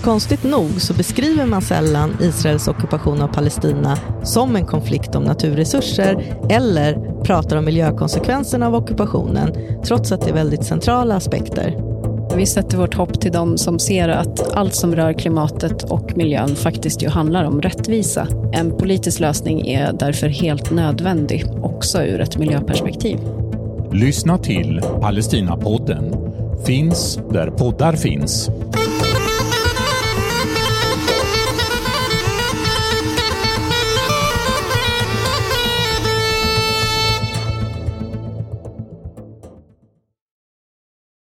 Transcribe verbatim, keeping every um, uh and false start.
konstigt nog så beskriver man sällan Israels ockupation av Palestina som en konflikt om naturresurser eller pratar om miljökonsekvenserna av ockupationen, trots att det är väldigt centrala aspekter. Vi sätter vårt hopp till dem som ser att allt som rör klimatet och miljön faktiskt ju handlar om rättvisa. En politisk lösning är därför helt nödvändig, också ur ett miljöperspektiv. Lyssna till Palestinapodden. Finns där poddar finns.